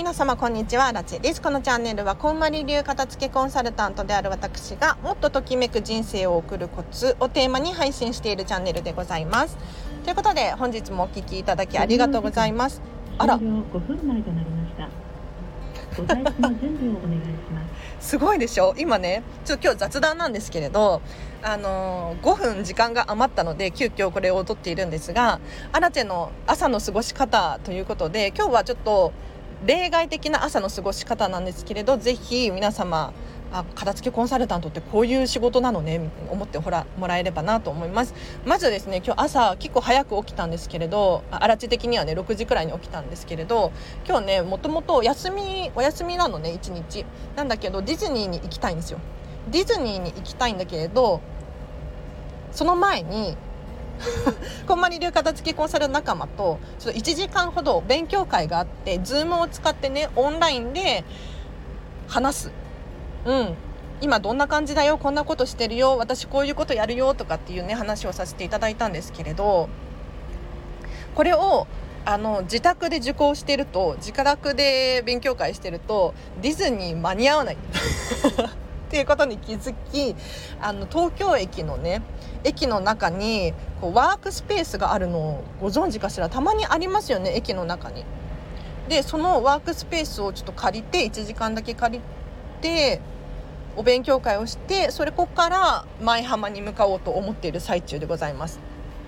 皆様こんにちは、ラチェです。このチャンネルはこんまり流片付けコンサルタントである私がもっとときめく人生を送るコツをテーマに配信しているチャンネルでございます。ということで本日もお聞きいただきありがとうございます。あら、 5分前となりました。お台の準備をお願いします。 すごいでしょ。今ね、今日雑談なんですけれど、5分時間が余ったので急遽これを撮っているんですが、アラチェの朝の過ごし方ということで、今日はちょっと例外的な朝の過ごし方なんですけれど、ぜひ皆様片付けコンサルタントってこういう仕事なのね思ってもらえればなと思います。まずですね、今日朝結構早く起きたんですけれど、アラチ的にはね6時くらいに起きたんですけれど、今日ねもともとお休みなのね、1日なんだけどディズニーに行きたいんですよ。ディズニーに行きたいんだけれど、その前にこんまり流片付けコンサル仲間とちょっと1時間ほど勉強会があって、Zoom を使ってねオンラインで話す。今どんな感じだよ、こんなことしてるよ、私こういうことやるよとかっていうね話をさせていただいたんですけれど、これを自宅で受講してると、自宅で勉強会してるとディズニー間に合わないっていうことに気づき、東京駅のね駅の中にこうワークスペースがあるのをご存知かしら。たまにありますよね、駅の中に。でそのワークスペースをちょっと借りて1時間だけ借りてお勉強会をして、ここから舞浜に向かおうと思っている最中でございます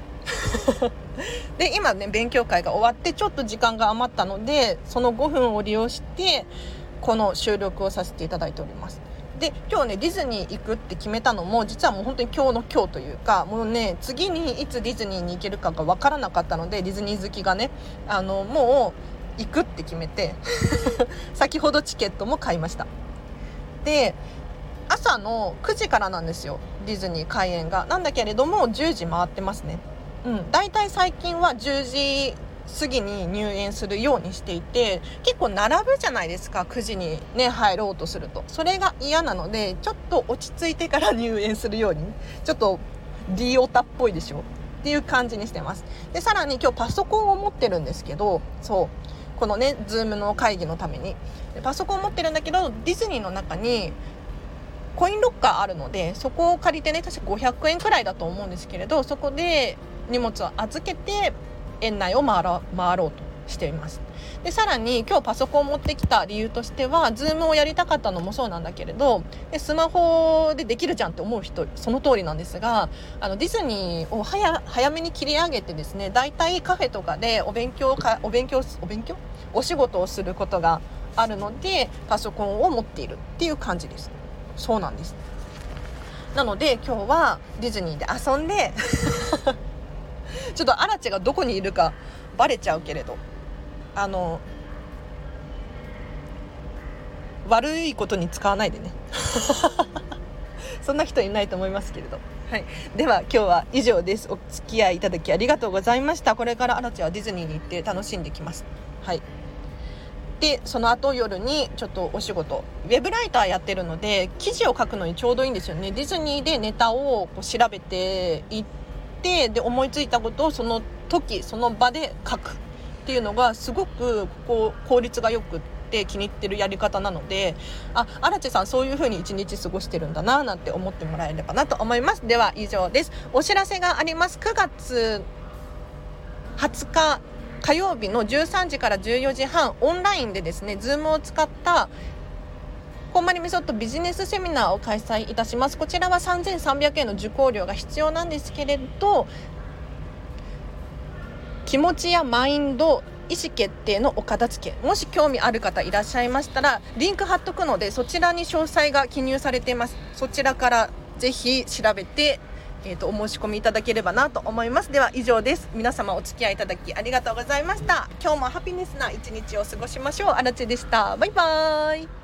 で今ね勉強会が終わってちょっと時間が余ったので、その5分を利用してこの収録をさせていただいております。で今日ねディズニー行くって決めたのも実はもう本当に今日の今日というか、もうね次にいつディズニーに行けるかが分からなかったので、ディズニー好きがねもう行くって決めて先ほどチケットも買いました。で朝の9時からなんですよ、ディズニー開園が。なんだけれども10時回ってますね。だいたい最近は10時過ぎに入園するようにしていて、結構並ぶじゃないですか、9時にね入ろうとすると。それが嫌なのでちょっと落ち着いてから入園するように、ちょっと D オタっぽいでしょっていう感じにしてます。でさらに今日パソコンを持ってるんですけど、このね Zoom の会議のためにパソコンを持ってるんだけど、ディズニーの中にコインロッカーあるので、そこを借りてね、確か500円くらいだと思うんですけれど、そこで荷物を預けて園内を回ろうとしています。でさらに今日パソコンを持ってきた理由としては、ズームをやりたかったのもそうなんだけれど、スマホでできるじゃんって思う人その通りなんですが、ディズニーを早めに切り上げてですね、だいたいカフェとかでお仕事をすることがあるので、パソコンを持っているっていう感じです。そうなんです。なので今日はディズニーで遊んでちょっとアラチェがどこにいるかバレちゃうけれど、悪いことに使わないでねそんな人いないと思いますけれど、では今日は以上です。お付き合いいただきありがとうございました。これからアラチェはディズニーに行って楽しんできます。でその後夜にちょっとお仕事、ウェブライターやってるので記事を書くのにちょうどいいんですよね。ディズニーでネタを調べていって、で思いついたことをその時その場で書くっていうのがすごく効率がよくって気に入ってるやり方なので、アラチェさんそういう風に一日過ごしてるんだななんて思ってもらえればなと思います。では以上です。お知らせがあります。9月20日火曜日の13時から14時半オンラインでですね、Zoom を使ったこんまりメソッドビジネスセミナーを開催いたします。こちらは3300円の受講料が必要なんですけれど、気持ちやマインド、意思決定のお片付け、もし興味ある方いらっしゃいましたらリンク貼っとくので、そちらに詳細が記入されています。そちらからぜひ調べてお申し込みいただければなと思います。では以上です。皆様お付き合いいただきありがとうございました。今日もハピネスな一日を過ごしましょう。アラチェでした。バイバーイ。